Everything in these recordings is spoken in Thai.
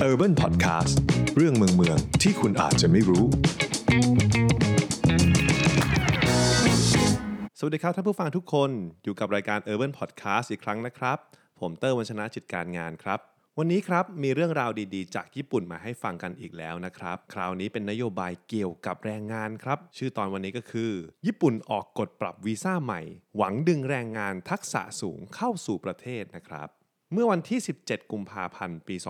Urban Podcast เรื่องเมืองที่คุณอาจจะไม่รู้สวัสดีครับท่านผู้ฟังทุกคนอยู่กับรายการ Urban Podcast อีกครั้งนะครับผมเตอร์วัญชนะจิตการงานครับวันนี้ครับมีเรื่องราวดีๆจากญี่ปุ่นมาให้ฟังกันอีกแล้วนะครับคราวนี้เป็นนโยบายเกี่ยวกับแรงงานครับชื่อตอนวันนี้ก็คือญี่ปุ่นออกกฎปรับวีซ่าใหม่หวังดึงแรงงานทักษะสูงเข้าสู่ประเทศนะครับเมื่อวันที่17กุมภาพันธ์ปี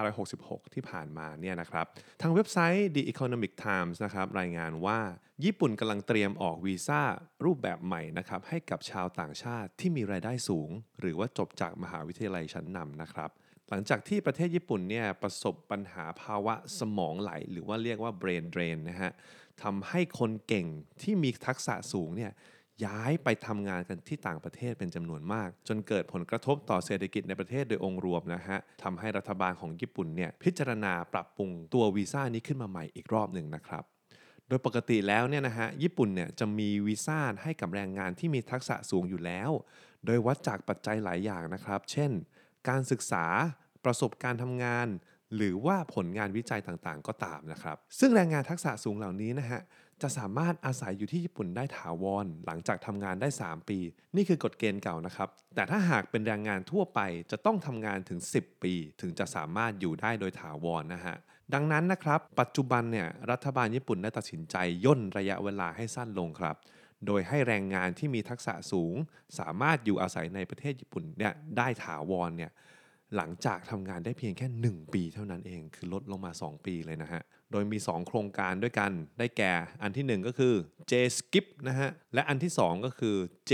2566ที่ผ่านมาเนี่ยนะครับทางเว็บไซต์ The Economic Times นะครับรายงานว่าญี่ปุ่นกำลังเตรียมออกวีซ่ารูปแบบใหม่นะครับให้กับชาวต่างชาติที่มีรายได้สูงหรือว่าจบจากมหาวิทยาลัยชั้นนำนะครับหลังจากที่ประเทศญี่ปุ่นเนี่ยประสบปัญหาภาวะสมองไหลหรือว่าเรียกว่า brain drain นะฮะทำให้คนเก่งที่มีทักษะสูงเนี่ยย้ายไปทำงานกันที่ต่างประเทศเป็นจำนวนมากจนเกิดผลกระทบต่อเศรษฐกิจในประเทศโดยองค์รวมนะฮะทำให้รัฐบาลของญี่ปุ่นเนี่ยพิจารณาปรับปรุงตัววีซ่านี้ขึ้นมาใหม่อีกรอบหนึ่งนะครับโดยปกติแล้วเนี่ยนะฮะญี่ปุ่นเนี่ยจะมีวีซ่าให้กับแรงงานที่มีทักษะสูงอยู่แล้วโดยวัดจากปัจจัยหลายอย่างนะครับเช่นการศึกษาประสบการณ์ทำงานหรือว่าผลงานวิจัยต่างๆก็ตามนะครับซึ่งแรงงานทักษะสูงเหล่านี้นะฮะจะสามารถอาศัยอยู่ที่ญี่ปุ่นได้ถาวรหลังจากทำงานได้3ปีนี่คือกฎเกณฑ์เก่านะครับแต่ถ้าหากเป็นแรงงานทั่วไปจะต้องทำงานถึง10ปีถึงจะสามารถอยู่ได้โดยถาวรนะฮะดังนั้นนะครับปัจจุบันเนี่ยรัฐบาลญี่ปุ่นได้ตัดสินใจย่นระยะเวลาให้สั้นลงครับโดยให้แรงงานที่มีทักษะสูงสามารถอยู่อาศัยในประเทศญี่ปุ่นเนี่ยได้ถาวรเนี่ยหลังจากทำงานได้เพียงแค่1ปีเท่านั้นเองคือลดลงมา2ปีเลยนะฮะโดยมี2โครงการด้วยกันได้แก่อันที่1ก็คือ J-Skip นะฮะและอันที่2ก็คือ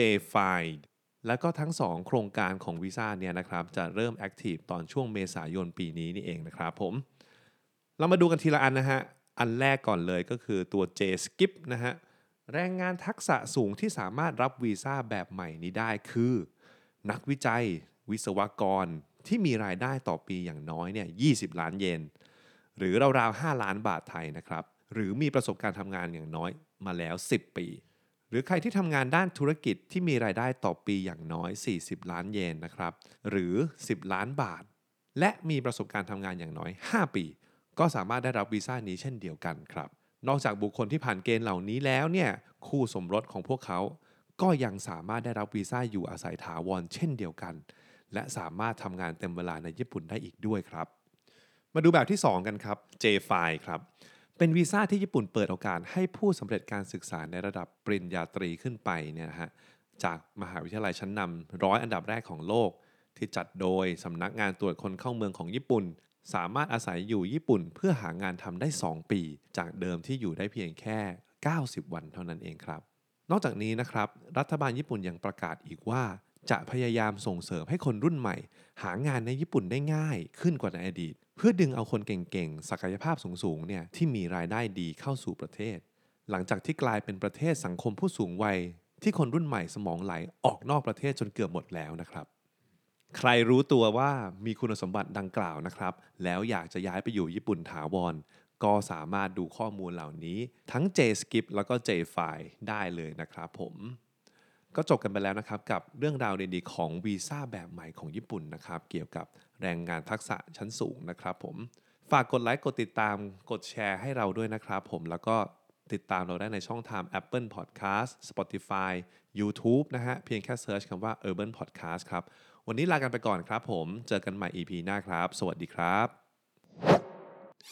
J-File แล้วก็ทั้ง2โครงการของวีซ่าเนี่ยนะครับจะเริ่มแอคทีฟตอนช่วงเมษายนปีนี้นี่เองนะครับผมเรามาดูกันทีละอันนะฮะอันแรกก่อนเลยก็คือตัว J-Skip นะฮะแรงงานทักษะสูงที่สามารถรับวีซ่าแบบใหม่นี้ได้คือนักวิจัยวิศวกรที่มีรายได้ต่อปีอย่างน้อยเนี่ย20ล้านเยนหรือราวๆ5ล้านบาทไทยนะครับหรือมีประสบการณ์ทำงานอย่างน้อยมาแล้ว10ปีหรือใครที่ทำงานด้านธุรกิจที่มีรายได้ต่อปีอย่างน้อย40ล้านเยนนะครับหรือ10ล้านบาทและมีประสบการณ์ทำงานอย่างน้อย5ปีก็สามารถได้รับวีซ่านี้เช่นเดียวกันครับนอกจากบุคคลที่ผ่านเกณฑ์เหล่านี้แล้วเนี่ยคู่สมรสของพวกเขาก็ยังสามารถได้รับวีซ่าอยู่อาศัยถาวรเช่นเดียวกันและสามารถทำงานเต็มเวลาในญี่ปุ่นได้อีกด้วยครับมาดูแบบที่2กันครับ J-File ครับเป็นวีซ่าที่ญี่ปุ่นเปิดโอกาสให้ผู้สำเร็จการศึกษาในระดับปริญญาตรีขึ้นไปเนี่ยนะฮะจากมหาวิทยาลัยชั้นนำ100อันดับแรกของโลกที่จัดโดยสำนักงานตรวจคนเข้าเมืองของญี่ปุ่นสามารถอาศัยอยู่ญี่ปุ่นเพื่อหางานทำได้2ปีจากเดิมที่อยู่ได้เพียงแค่90วันเท่านั้นเองครับนอกจากนี้นะครับรัฐบาลญี่ปุ่นยังประกาศอีกว่าจะพยายามส่งเสริมให้คนรุ่นใหม่หางานในญี่ปุ่นได้ง่ายขึ้นกว่าในอดีตเพื่อดึงเอาคนเก่งๆศักยภาพสูงๆเนี่ยที่มีรายได้ดีเข้าสู่ประเทศหลังจากที่กลายเป็นประเทศสังคมผู้สูงวัยที่คนรุ่นใหม่สมองไหลออกนอกประเทศจนเกือบหมดแล้วนะครับใครรู้ตัวว่ามีคุณสมบัติดังกล่าวนะครับแล้วอยากจะย้ายไปอยู่ญี่ปุ่นถาวรก็สามารถดูข้อมูลเหล่านี้ทั้ง J-Skip แล้วก็ J-File ได้เลยนะครับผมก็จบกันไปแล้วนะครับกับเรื่องราวดีๆของวีซ่าแบบใหม่ของญี่ปุ่นนะครับเกี่ยวกับแรงงานทักษะชั้นสูงนะครับผมฝากกดไลค์กดติดตามกดแชร์ให้เราด้วยนะครับผมแล้วก็ติดตามเราได้ในช่องทาง Apple Podcast Spotify YouTube นะฮะเพียงแค่เซิร์ชคำว่า Urban Podcast ครับวันนี้ลากันไปก่อนครับผมเจอกันใหม่ EP หน้าครับสวัสดีครับ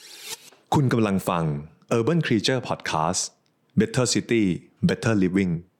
คุณกำลังฟัง Urban Creature Podcast Better City Better Living